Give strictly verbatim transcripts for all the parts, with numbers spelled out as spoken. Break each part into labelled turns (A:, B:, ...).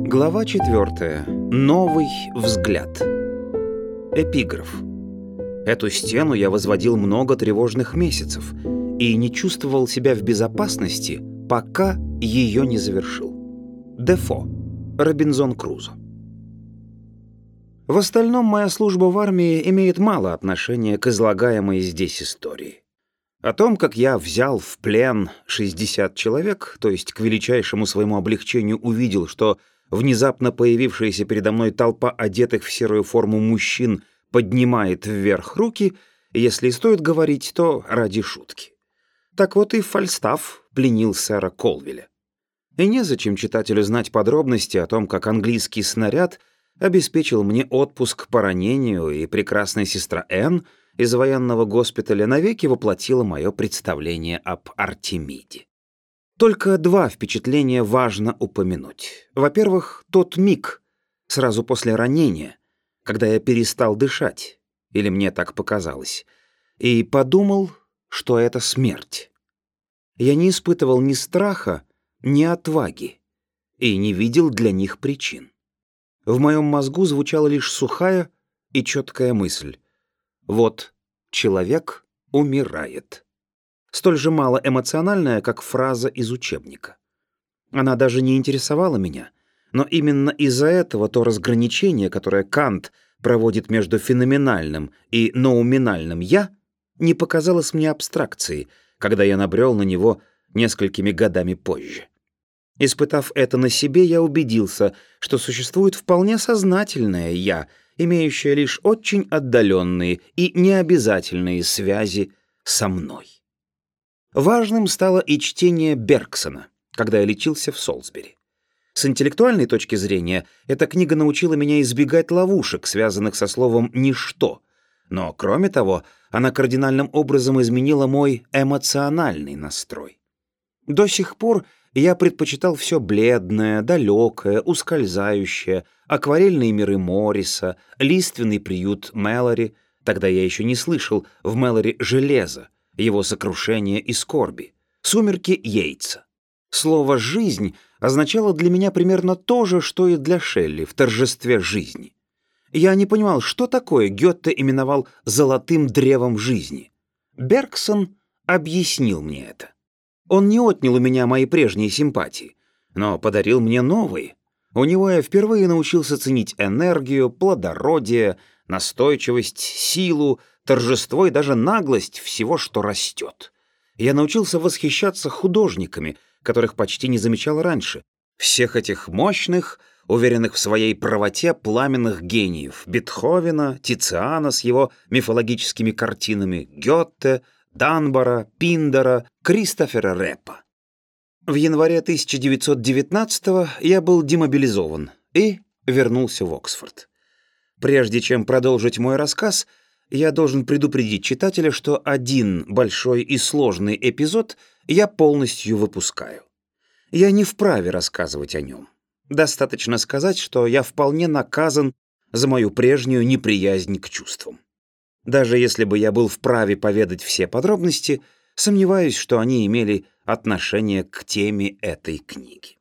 A: Глава четвертая. Новый взгляд. Эпиграф. Эту стену я возводил много тревожных месяцев и не чувствовал себя в безопасности, пока ее не завершил. Дефо. Робинзон Крузо. В остальном моя служба в армии имеет мало отношения к излагаемой здесь истории. О том, как я взял в плен шестьдесят человек, то есть к величайшему своему облегчению увидел, что внезапно появившаяся передо мной толпа одетых в серую форму мужчин поднимает вверх руки, если и стоит говорить, то ради шутки. Так вот и Фальстаф пленил сэра Колвилля. И незачем читателю знать подробности о том, как английский снаряд обеспечил мне отпуск по ранению, и прекрасная сестра Энн из военного госпиталя навеки воплотила мое представление об Артемиде. Только два впечатления важно упомянуть. Во-первых, тот миг, сразу после ранения, когда я перестал дышать, или мне так показалось, и подумал, что это смерть. Я не испытывал ни страха, ни отваги, и не видел для них причин. В моем мозгу звучала лишь сухая и четкая мысль. Вот человек умирает. Столь же мало эмоциональная, как фраза из учебника. Она даже не интересовала меня, но именно из-за этого то разграничение, которое Кант проводит между феноменальным и ноуминальным «я», не показалось мне абстракцией, когда я набрел на него несколькими годами позже. Испытав это на себе, я убедился, что существует вполне сознательное «я», имеющее лишь очень отдаленные и необязательные связи со мной. Важным стало и чтение Бергсона, когда я лечился в Солсбери. С интеллектуальной точки зрения, эта книга научила меня избегать ловушек, связанных со словом «ничто», но, кроме того, она кардинальным образом изменила мой эмоциональный настрой. До сих пор я предпочитал все бледное, далекое, ускользающее, акварельные миры Морриса, лиственный приют Мэлори, тогда я еще не слышал в Мэлори железа, его сокрушение и скорби, сумерки Йейтса. Слово «жизнь» означало для меня примерно то же, что и для Шелли в торжестве жизни. Я не понимал, что такое Гёте именовал «золотым древом жизни». Бергсон объяснил мне это. Он не отнял у меня мои прежние симпатии, но подарил мне новые. У него я впервые научился ценить энергию, плодородие, настойчивость, силу, торжество и даже наглость всего, что растет. Я научился восхищаться художниками, которых почти не замечал раньше. Всех этих мощных, уверенных в своей правоте пламенных гениев: Бетховена, Тициана с его мифологическими картинами, Гёте, Данбара, Пиндара, Кристофера Реппа. В январе тысяча девятьсот девятнадцатого я был демобилизован и вернулся в Оксфорд. Прежде чем продолжить мой рассказ, я должен предупредить читателя, что один большой и сложный эпизод я полностью выпускаю. Я не вправе рассказывать о нем. Достаточно сказать, что я вполне наказан за мою прежнюю неприязнь к чувствам. Даже если бы я был вправе поведать все подробности, сомневаюсь, что они имели отношение к теме этой книги.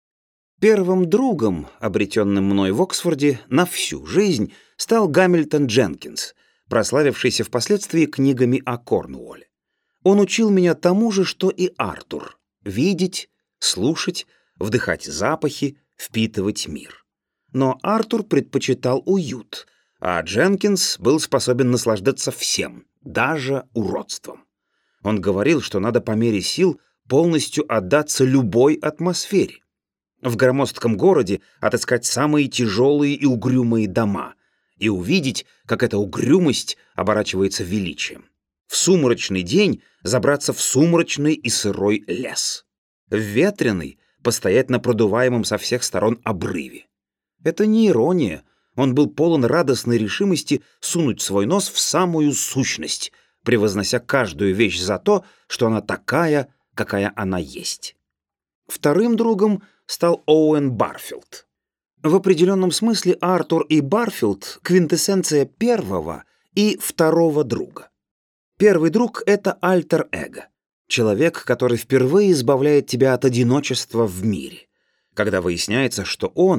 A: Первым другом, обретенным мной в Оксфорде на всю жизнь, стал Гамильтон Дженкинс, прославившийся впоследствии книгами о Корнуолле. Он учил меня тому же, что и Артур — видеть, слушать, вдыхать запахи, впитывать мир. Но Артур предпочитал уют, а Дженкинс был способен наслаждаться всем, даже уродством. Он говорил, что надо по мере сил полностью отдаться любой атмосфере. В громоздком городе отыскать самые тяжелые и угрюмые дома и увидеть, как эта угрюмость оборачивается величием. В сумрачный день забраться в сумрачный и сырой лес. В ветреный постоять на продуваемом со всех сторон обрыве. Это не ирония. Он был полон радостной решимости сунуть свой нос в самую сущность, превознося каждую вещь за то, что она такая, какая она есть. Вторым другом стал Оуэн Барфилд. В определенном смысле Артур и Барфилд — квинтэссенция первого и второго друга. Первый друг — это альтер-эго, человек, который впервые избавляет тебя от одиночества в мире, когда выясняется, что он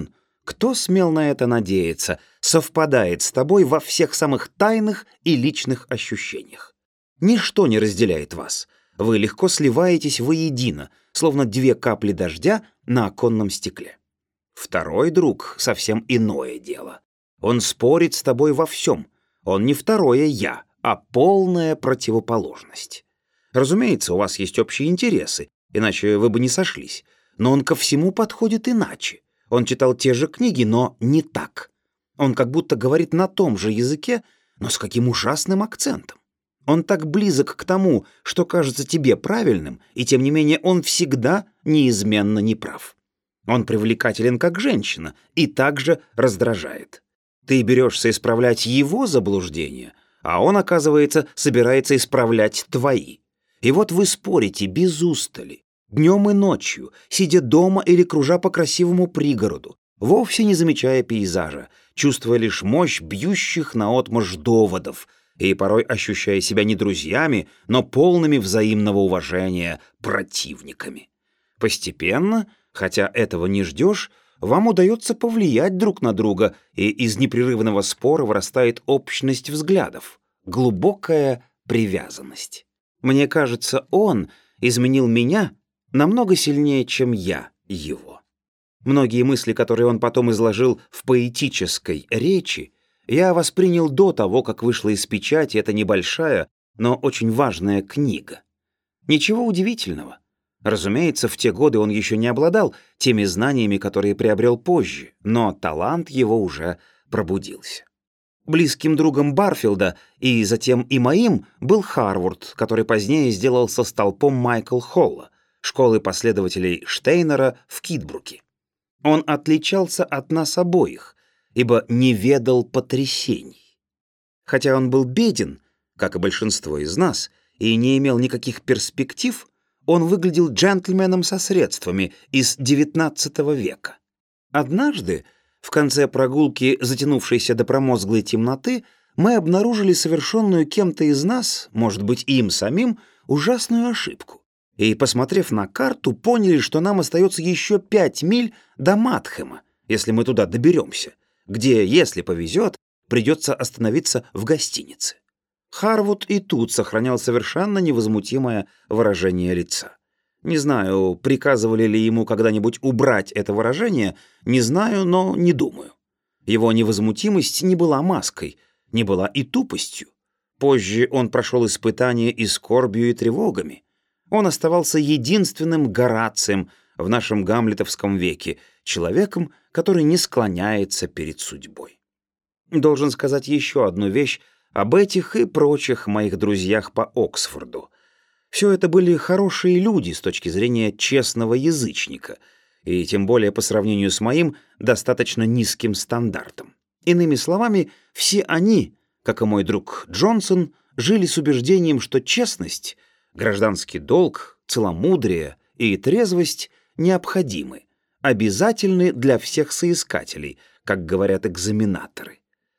A: кто смел на это надеяться, совпадает с тобой во всех самых тайных и личных ощущениях. Ничто не разделяет вас. Вы легко сливаетесь воедино, словно две капли дождя на оконном стекле. Второй друг — совсем иное дело. Он спорит с тобой во всем. Он не второе «я», а полная противоположность. Разумеется, у вас есть общие интересы, иначе вы бы не сошлись. Но он ко всему подходит иначе. Он читал те же книги, но не так. Он как будто говорит на том же языке, но с каким ужасным акцентом. Он так близок к тому, что кажется тебе правильным, и тем не менее он всегда неизменно неправ. Он привлекателен как женщина и также раздражает. Ты берешься исправлять его заблуждения, а он, оказывается, собирается исправлять твои. И вот вы спорите без устали, днем и ночью, сидя дома или кружа по красивому пригороду, вовсе не замечая пейзажа, чувствуя лишь мощь бьющих наотмашь доводов и порой ощущая себя не друзьями, но полными взаимного уважения противниками. Постепенно, хотя этого не ждешь, вам удается повлиять друг на друга, и из непрерывного спора вырастает общность взглядов, глубокая привязанность. Мне кажется, он изменил меня намного сильнее, чем я его. Многие мысли, которые он потом изложил в поэтической речи, я воспринял до того, как вышла из печати эта небольшая, но очень важная книга. Ничего удивительного. Разумеется, в те годы он еще не обладал теми знаниями, которые приобрел позже, но талант его уже пробудился. Близким другом Барфилда и затем и моим был Харвуд, который позднее сделался столпом Майкл Холла, школы последователей Штейнера в Кидбруке. Он отличался от нас обоих, ибо не ведал потрясений. Хотя он был беден, как и большинство из нас, и не имел никаких перспектив, он выглядел джентльменом со средствами из девятнадцатого века. Однажды, в конце прогулки, затянувшейся до промозглой темноты, мы обнаружили совершенную кем-то из нас, может быть, им самим, ужасную ошибку. И, посмотрев на карту, поняли, что нам остается еще пять миль до Матхэма, если мы туда доберемся, где, если повезет, придется остановиться в гостинице. Харвуд и тут сохранял совершенно невозмутимое выражение лица. Не знаю, приказывали ли ему когда-нибудь убрать это выражение, не знаю, но не думаю. Его невозмутимость не была маской, не была и тупостью. Позже он прошел испытания и скорбью, и тревогами. Он оставался единственным Горацием в нашем гамлетовском веке, человеком, который не склоняется перед судьбой. Должен сказать еще одну вещь об этих и прочих моих друзьях по Оксфорду. Все это были хорошие люди с точки зрения честного язычника, и тем более по сравнению с моим достаточно низким стандартом. Иными словами, все они, как и мой друг Джонсон, жили с убеждением, что честность, гражданский долг, целомудрие и трезвость необходимы, обязательны для всех соискателей, как говорят экзаменаторы.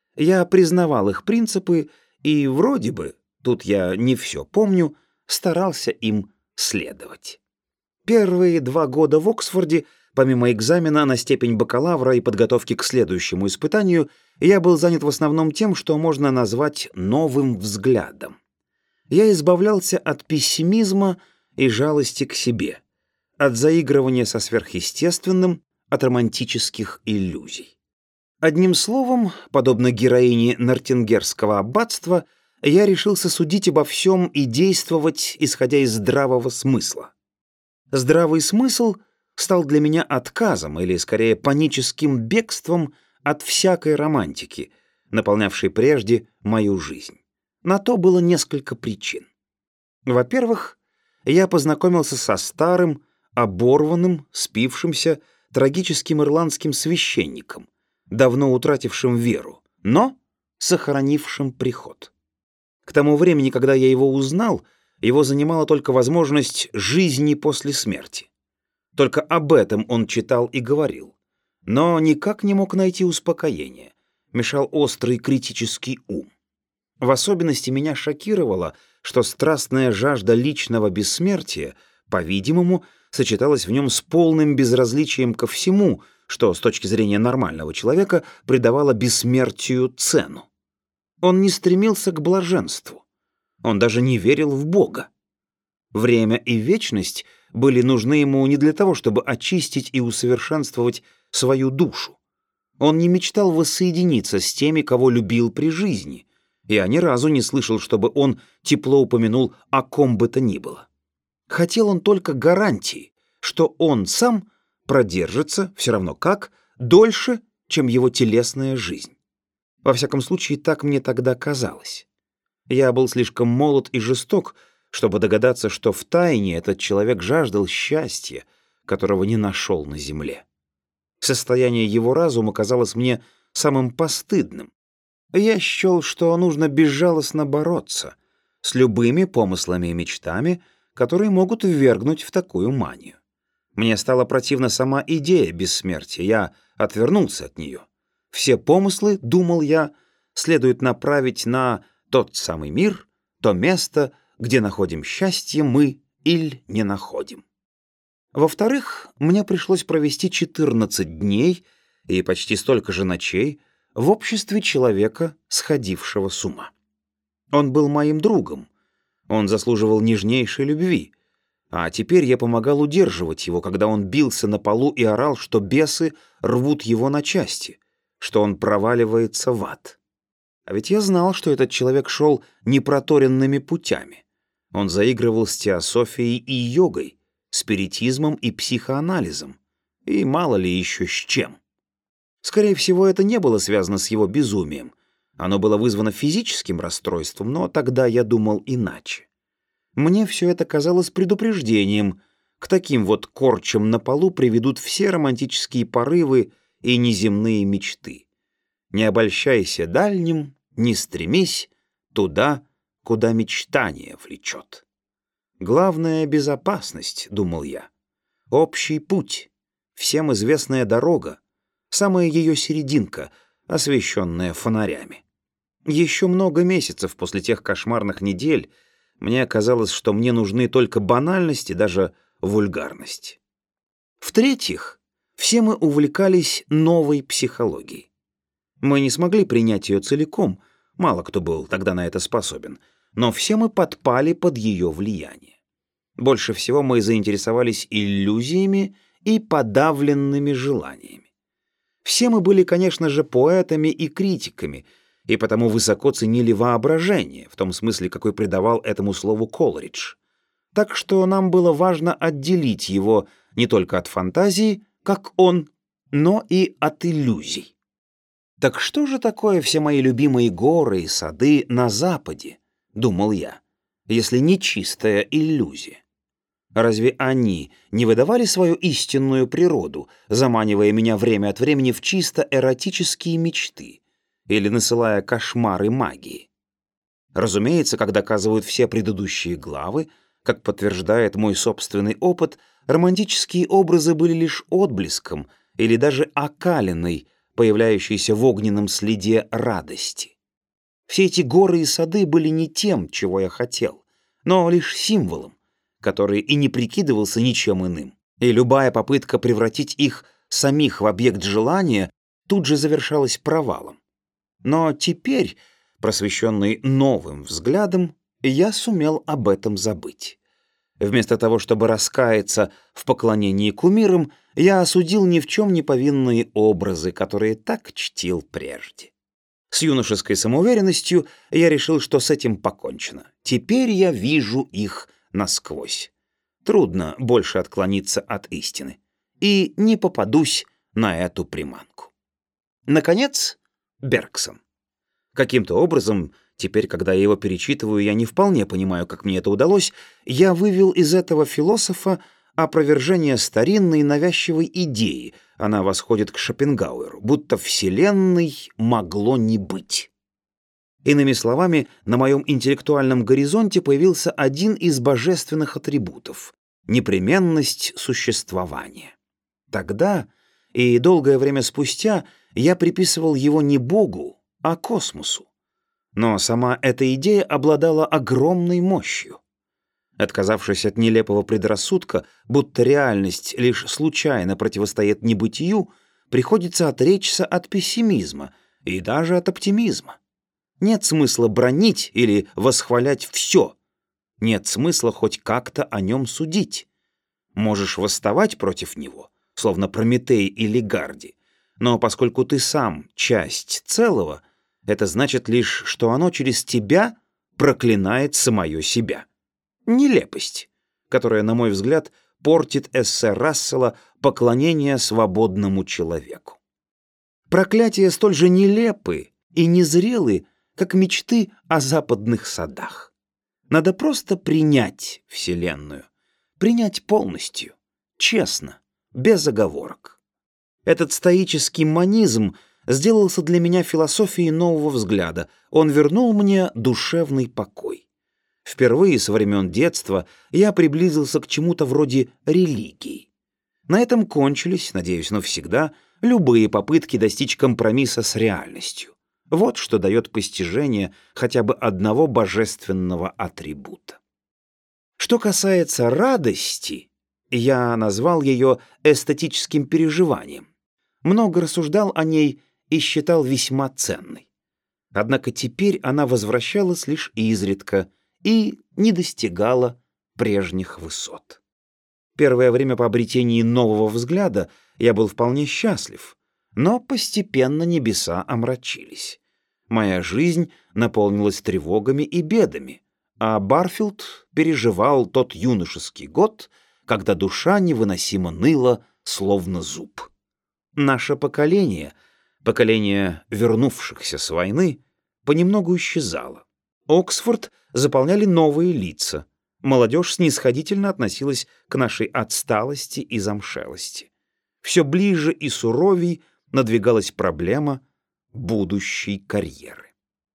A: Я признавал их принципы и вроде бы, тут я не все помню, старался им следовать. Первые два года в Оксфорде, помимо экзамена на степень бакалавра и подготовки к следующему испытанию, я был занят в основном тем, что можно назвать новым взглядом. Я избавлялся от пессимизма и жалости к себе, от заигрывания со сверхъестественным, от романтических иллюзий. Одним словом, подобно героине Нортингерского аббатства, я решился судить обо всем и действовать, исходя из здравого смысла. Здравый смысл стал для меня отказом, или, скорее, паническим бегством от всякой романтики, наполнявшей прежде мою жизнь. На то было несколько причин. Во-первых, я познакомился со старым, оборванным, спившимся, трагическим ирландским священником, давно утратившим веру, но сохранившим приход. К тому времени, когда я его узнал, его занимала только возможность жизни после смерти. Только об этом он читал и говорил, но никак не мог найти успокоения, мешал острый критический ум. В особенности меня шокировало, что страстная жажда личного бессмертия, по-видимому, сочеталась в нем с полным безразличием ко всему, что с точки зрения нормального человека придавало бессмертию цену. Он не стремился к блаженству. Он даже не верил в Бога. Время и вечность были нужны ему не для того, чтобы очистить и усовершенствовать свою душу. Он не мечтал воссоединиться с теми, кого любил при жизни. Я ни разу не слышал, чтобы он тепло упомянул о ком бы то ни было. Хотел он только гарантии, что он сам продержится, все равно как, дольше, чем его телесная жизнь. Во всяком случае, так мне тогда казалось. Я был слишком молод и жесток, чтобы догадаться, что втайне этот человек жаждал счастья, которого не нашел на земле. Состояние его разума казалось мне самым постыдным. Я счел, что нужно безжалостно бороться с любыми помыслами и мечтами, которые могут ввергнуть в такую манию. Мне стала противна сама идея бессмертия, я отвернулся от нее. Все помыслы, думал я, следует направить на тот самый мир, то место, где находим счастье мы или не находим. Во-вторых, мне пришлось провести четырнадцать дней и почти столько же ночей в обществе человека, сходившего с ума. Он был моим другом, он заслуживал нежнейшей любви, а теперь я помогал удерживать его, когда он бился на полу и орал, что бесы рвут его на части, что он проваливается в ад. А ведь я знал, что этот человек шел непроторенными путями. Он заигрывал с теософией и йогой, спиритизмом и психоанализом, и мало ли еще с чем. Скорее всего, это не было связано с его безумием. Оно было вызвано физическим расстройством, но тогда я думал иначе. Мне все это казалось предупреждением. К таким вот корчам на полу приведут все романтические порывы и неземные мечты. Не обольщайся дальним, не стремись туда, куда мечтание влечет. Главная — безопасность, думал я. Общий путь, всем известная дорога, самая ее серединка, освещенная фонарями. Еще много месяцев после тех кошмарных недель мне казалось, что мне нужны только банальность и даже вульгарность. В-третьих, все мы увлекались новой психологией. Мы не смогли принять ее целиком, мало кто был тогда на это способен, но все мы подпали под ее влияние. Больше всего мы заинтересовались иллюзиями и подавленными желаниями. Все мы были, конечно же, поэтами и критиками, и потому высоко ценили воображение, в том смысле, какой придавал этому слову Колридж. Так что нам было важно отделить его не только от фантазии, как он, но и от иллюзий. «Так что же такое все мои любимые горы и сады на Западе?» — думал я, — «если не чистая иллюзия? Разве они не выдавали свою истинную природу, заманивая меня время от времени в чисто эротические мечты или насылая кошмары магии? Разумеется, как доказывают все предыдущие главы, как подтверждает мой собственный опыт, романтические образы были лишь отблеском или даже окалиной, появляющейся в огненном следе радости. Все эти горы и сады были не тем, чего я хотел, но лишь символом, который и не прикидывался ничем иным. И любая попытка превратить их самих в объект желания тут же завершалась провалом. Но теперь, просвещенный новым взглядом, я сумел об этом забыть. Вместо того, чтобы раскаяться в поклонении кумирам, я осудил ни в чем не повинные образы, которые так чтил прежде. С юношеской самоуверенностью я решил, что с этим покончено. Теперь я вижу их насквозь. Трудно больше отклониться от истины. И не попадусь на эту приманку. Наконец, Бергсон. Каким-то образом, теперь, когда я его перечитываю, я не вполне понимаю, как мне это удалось, я вывел из этого философа опровержение старинной навязчивой идеи, она восходит к Шопенгауэру, будто Вселенной могло не быть. Иными словами, на моем интеллектуальном горизонте появился один из божественных атрибутов — непременность существования. Тогда и долгое время спустя я приписывал его не Богу, а космосу. Но сама эта идея обладала огромной мощью. Отказавшись от нелепого предрассудка, будто реальность лишь случайно противостоит небытию, приходится отречься от пессимизма и даже от оптимизма. Нет смысла бранить или восхвалять все. Нет смысла хоть как-то о нем судить. Можешь восставать против него, словно Прометей или Гарди, но поскольку ты сам часть целого, это значит лишь, что оно через тебя проклинает самое себя. Нелепость, которая, на мой взгляд, портит эссе Рассела «Поклонение свободному человеку». Проклятия столь же нелепы и незрелы, как мечты о западных садах. Надо просто принять Вселенную, принять полностью, честно, без оговорок. Этот стоический монизм сделался для меня философией нового взгляда. Он вернул мне душевный покой. Впервые со времен детства я приблизился к чему-то вроде религии. На этом кончились, надеюсь, навсегда, любые попытки достичь компромисса с реальностью. Вот что дает постижение хотя бы одного божественного атрибута. Что касается радости, я назвал ее эстетическим переживанием. Много рассуждал о ней и считал весьма ценной. Однако теперь она возвращалась лишь изредка и не достигала прежних высот. Первое время по обретении нового взгляда я был вполне счастлив, но постепенно небеса омрачились. Моя жизнь наполнилась тревогами и бедами, а Барфилд переживал тот юношеский год, когда душа невыносимо ныла, словно зуб. Наше поколение, поколение вернувшихся с войны, понемногу исчезало. Оксфорд заполняли новые лица. Молодежь снисходительно относилась к нашей отсталости и замшелости. Все ближе и суровей надвигалась проблема будущей карьеры.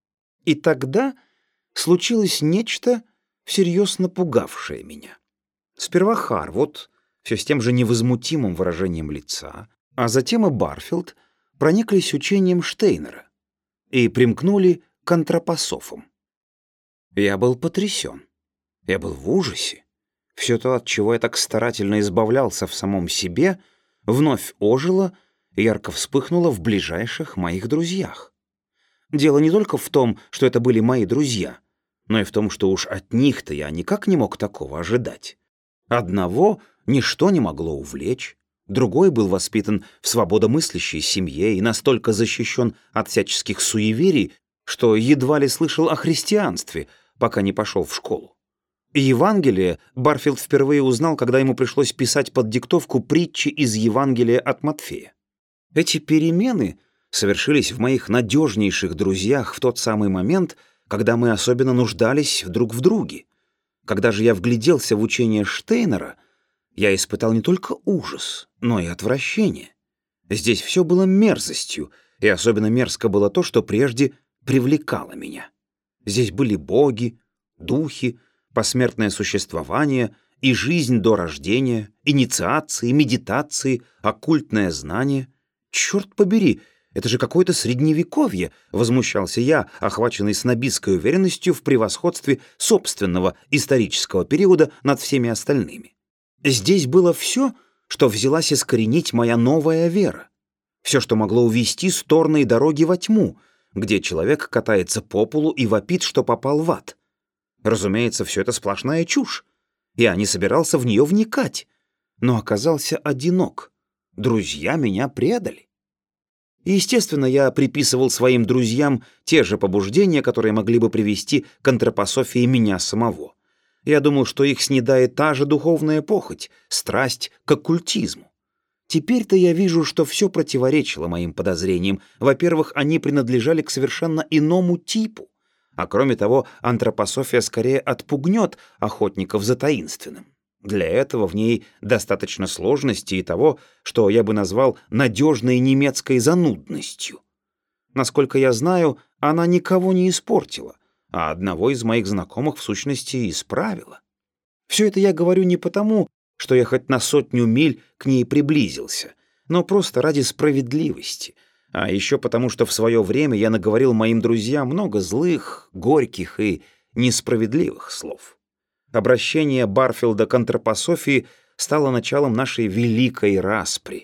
A: И тогда случилось нечто, всерьез напугавшее меня. Сперва Харвуд, все с тем же невозмутимым выражением лица, а затем и Барфилд прониклись учением Штейнера и примкнули к антропософам. Я был потрясен. Я был в ужасе. Все то, от чего я так старательно избавлялся в самом себе, вновь ожило и ярко вспыхнуло в ближайших моих друзьях. Дело не только в том, что это были мои друзья, но и в том, что уж от них-то я никак не мог такого ожидать. Одного ничто не могло увлечь, другой был воспитан в свободомыслящей семье и настолько защищен от всяческих суеверий, что едва ли слышал о христианстве, пока не пошел в школу. Евангелие Барфилд впервые узнал, когда ему пришлось писать под диктовку притчи из Евангелия от Матфея. Эти перемены совершились в моих надежнейших друзьях в тот самый момент, когда мы особенно нуждались друг в друге. Когда же я вгляделся в учение Штейнера, я испытал не только ужас, но и отвращение. Здесь все было мерзостью, и особенно мерзко было то, что прежде привлекало меня. Здесь были боги, духи, посмертное существование и жизнь до рождения, инициации, медитации, оккультное знание. Черт побери, это же какое-то средневековье, возмущался я, охваченный снобистской уверенностью в превосходстве собственного исторического периода над всеми остальными. Здесь было все, что взялась искоренить моя новая вера. Все, что могло увести с торной дороги во тьму, где человек катается по полу и вопит, что попал в ад. Разумеется, все это сплошная чушь. Я не собирался в нее вникать, но оказался одинок. Друзья меня предали. Естественно, я приписывал своим друзьям те же побуждения, которые могли бы привести к антропософии меня самого. Я думал, что их снедает та же духовная похоть, страсть к оккультизму. Теперь-то я вижу, что все противоречило моим подозрениям. Во-первых, они принадлежали к совершенно иному типу. А кроме того, антропософия скорее отпугнет охотников за таинственным. Для этого в ней достаточно сложности и того, что я бы назвал надежной немецкой занудностью. Насколько я знаю, она никого не испортила, а одного из моих знакомых в сущности исправила. Все это я говорю не потому, что я хоть на сотню миль к ней приблизился, но просто ради справедливости, а еще потому, что в свое время я наговорил моим друзьям много злых, горьких и несправедливых слов. Обращение Барфилда к антропософии стало началом нашей великой распри.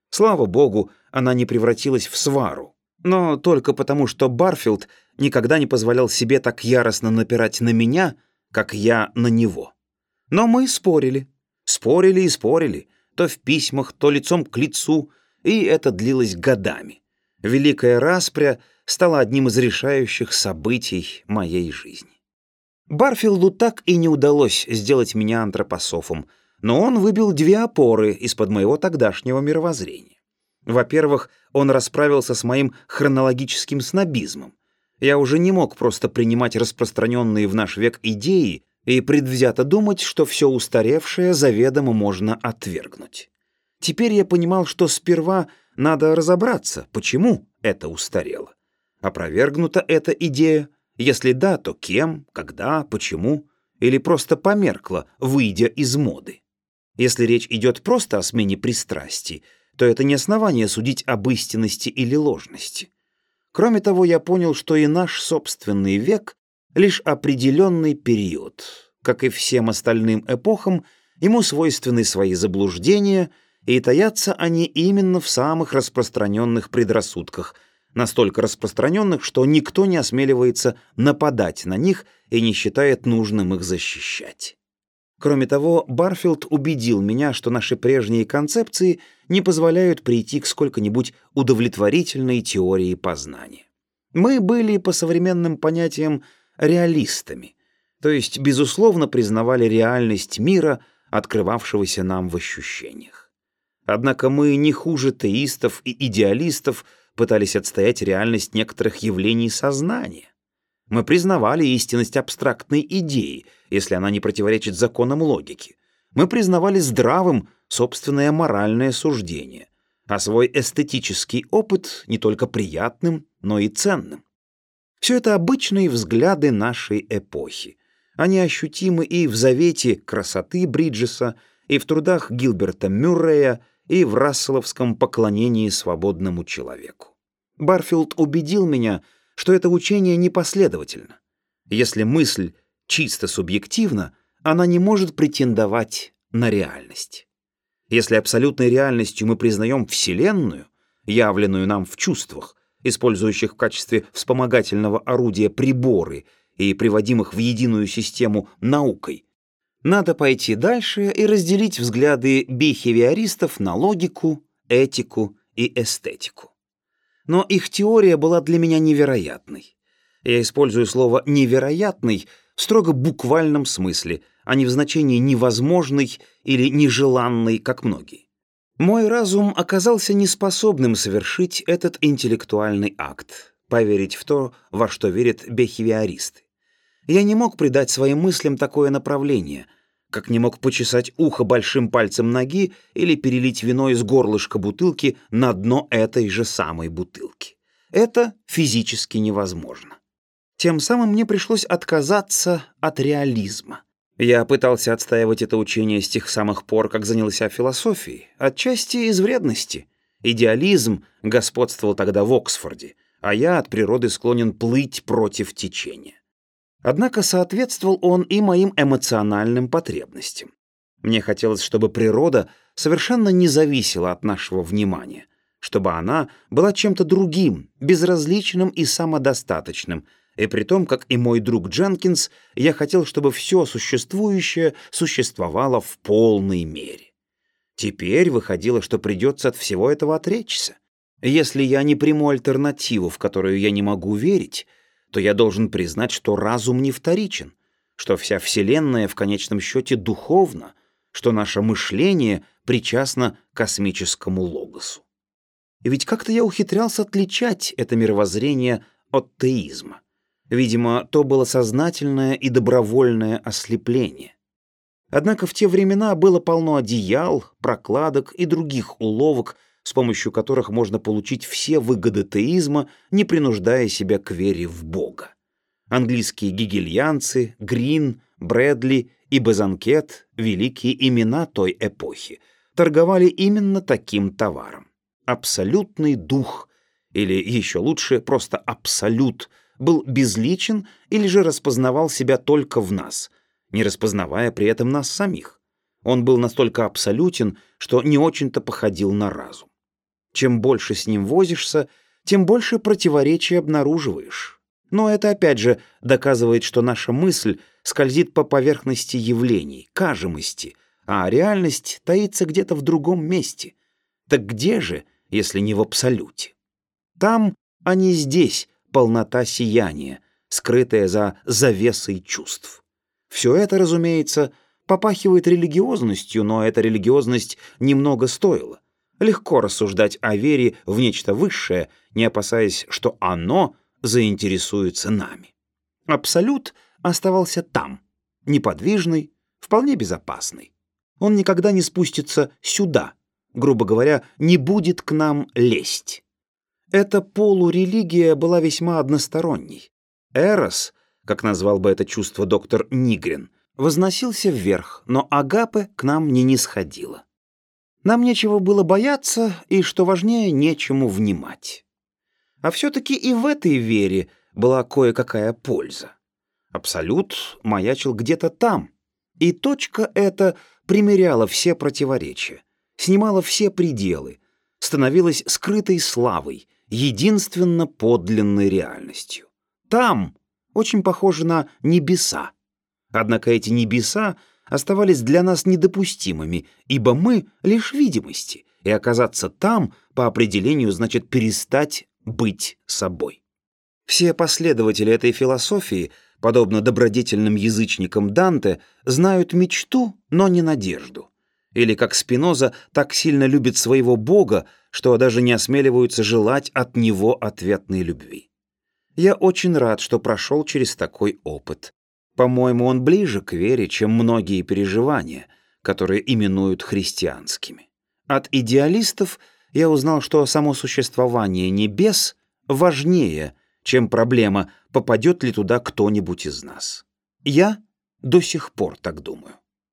A: Слава богу, она не превратилась в свару. Но только потому, что Барфилд никогда не позволял себе так яростно напирать на меня, как я на него. Но мы спорили. Спорили и спорили. То в письмах, то лицом к лицу. И это длилось годами. Великая распря стала одним из решающих событий моей жизни. Барфилду так и не удалось сделать меня антропософом, но он выбил две опоры из-под моего тогдашнего мировоззрения. Во-первых, он расправился с моим хронологическим снобизмом. Я уже не мог просто принимать распространенные в наш век идеи и предвзято думать, что все устаревшее заведомо можно отвергнуть. Теперь я понимал, что сперва надо разобраться, почему это устарело. Опровергнута эта идея? Если да, то кем, когда, почему? Или просто померкла, выйдя из моды? Если речь идет просто о смене пристрастий, то это не основание судить об истинности или ложности. Кроме того, я понял, что и наш собственный век — лишь определенный период. Как и всем остальным эпохам, ему свойственны свои заблуждения, и таятся они именно в самых распространенных предрассудках, настолько распространенных, что никто не осмеливается нападать на них и не считает нужным их защищать. Кроме того, Барфилд убедил меня, что наши прежние концепции не позволяют прийти к сколько-нибудь удовлетворительной теории познания. Мы были, по современным понятиям, реалистами, то есть, безусловно, признавали реальность мира, открывавшегося нам в ощущениях. Однако мы не хуже теистов и идеалистов пытались отстоять реальность некоторых явлений сознания. Мы признавали истинность абстрактной идеи, если она не противоречит законам логики. Мы признавали здравым собственное моральное суждение, а свой эстетический опыт не только приятным, но и ценным. Все это обычные взгляды нашей эпохи. Они ощутимы и в завете красоты Бриджеса, и в трудах Гилберта Мюррея, и в расселовском поклонении свободному человеку. Барфилд убедил меня, что это учение непоследовательно. Если мысль чисто субъективна, она не может претендовать на реальность. Если абсолютной реальностью мы признаем Вселенную, явленную нам в чувствах, использующих в качестве вспомогательного орудия приборы и приводимых в единую систему наукой, надо пойти дальше и разделить взгляды бихевиористов на логику, этику и эстетику. Но их теория была для меня невероятной. Я использую слово «невероятный» в строго буквальном смысле, а не в значении «невозможный» или «нежеланный», как многие. Мой разум оказался неспособным совершить этот интеллектуальный акт, поверить в то, во что верят бихевиористы. Я не мог придать своим мыслям такое направление, как не мог почесать ухо большим пальцем ноги или перелить вино из горлышка бутылки на дно этой же самой бутылки. Это физически невозможно. Тем самым мне пришлось отказаться от реализма. Я пытался отстаивать это учение с тех самых пор, как занялся философией, отчасти из вредности. Идеализм господствовал тогда в Оксфорде, а я от природы склонен плыть против течения. Однако соответствовал он и моим эмоциональным потребностям. Мне хотелось, чтобы природа совершенно не зависела от нашего внимания, чтобы она была чем-то другим, безразличным и самодостаточным, и при том, как и мой друг Дженкинс, я хотел, чтобы все существующее существовало в полной мере. Теперь выходило, что придется от всего этого отречься. Если я не приму альтернативу, в которую я не могу верить, то я должен признать, что разум не вторичен, что вся Вселенная в конечном счете духовна, что наше мышление причастно к космическому логосу. И ведь как-то я ухитрялся отличать это мировоззрение от теизма. Видимо, то было сознательное и добровольное ослепление. Однако в те времена было полно одеял, прокладок и других уловок, с помощью которых можно получить все выгоды теизма, не принуждая себя к вере в Бога. Английские гегельянцы, Грин, Брэдли и Безанкет, великие имена той эпохи, торговали именно таким товаром. Абсолютный дух, или еще лучше, просто абсолют, был безличен или же распознавал себя только в нас, не распознавая при этом нас самих. Он был настолько абсолютен, что не очень-то походил на разум. Чем больше с ним возишься, тем больше противоречий обнаруживаешь. Но это опять же доказывает, что наша мысль скользит по поверхности явлений, кажемости, а реальность таится где-то в другом месте. Так где же, если не в абсолюте? Там, а не здесь, полнота сияния, скрытая за завесой чувств. Все это, разумеется, попахивает религиозностью, но эта религиозность немного стоила. Легко рассуждать о вере в нечто высшее, не опасаясь, что оно заинтересуется нами. Абсолют оставался там, неподвижный, вполне безопасный. Он никогда не спустится сюда, грубо говоря, не будет к нам лезть. Эта полурелигия была весьма односторонней. Эрос, как назвал бы это чувство доктор Нигрин, возносился вверх, но агапе к нам не нисходила. Нам нечего было бояться, и, что важнее, нечему внимать. А все-таки и в этой вере была кое-какая польза. Абсолют маячил где-то там, и точка эта примеряла все противоречия, снимала все пределы, становилась скрытой славой, единственно подлинной реальностью. Там очень похоже на небеса. Однако эти небеса оставались для нас недопустимыми, ибо мы лишь видимости, и оказаться там, по определению, значит перестать быть собой. Все последователи этой философии, подобно добродетельным язычникам Данте, знают мечту, но не надежду. Или, как Спиноза, так сильно любит своего Бога, что даже не осмеливаются желать от него ответной любви. Я очень рад, что прошел через такой опыт. По-моему, он ближе к вере, чем многие переживания, которые именуют христианскими. От идеалистов я узнал, что само существование небес важнее, чем проблема, попадет ли туда кто-нибудь из нас. Я до сих пор так думаю.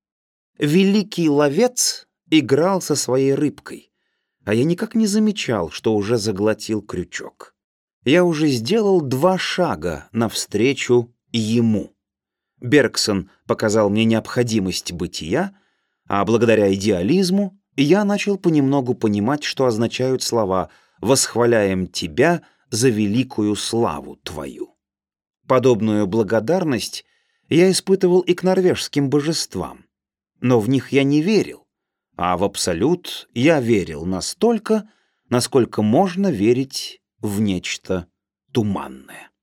A: Великий ловец играл со своей рыбкой, а я никак не замечал, что уже заглотил крючок. Я уже сделал два шага навстречу ему. Бергсон показал мне необходимость бытия, а благодаря идеализму я начал понемногу понимать, что означают слова «восхваляем тебя за великую славу твою». Подобную благодарность я испытывал и к норвежским божествам, но в них я не верил, а в абсолют я верил настолько, насколько можно верить в нечто туманное.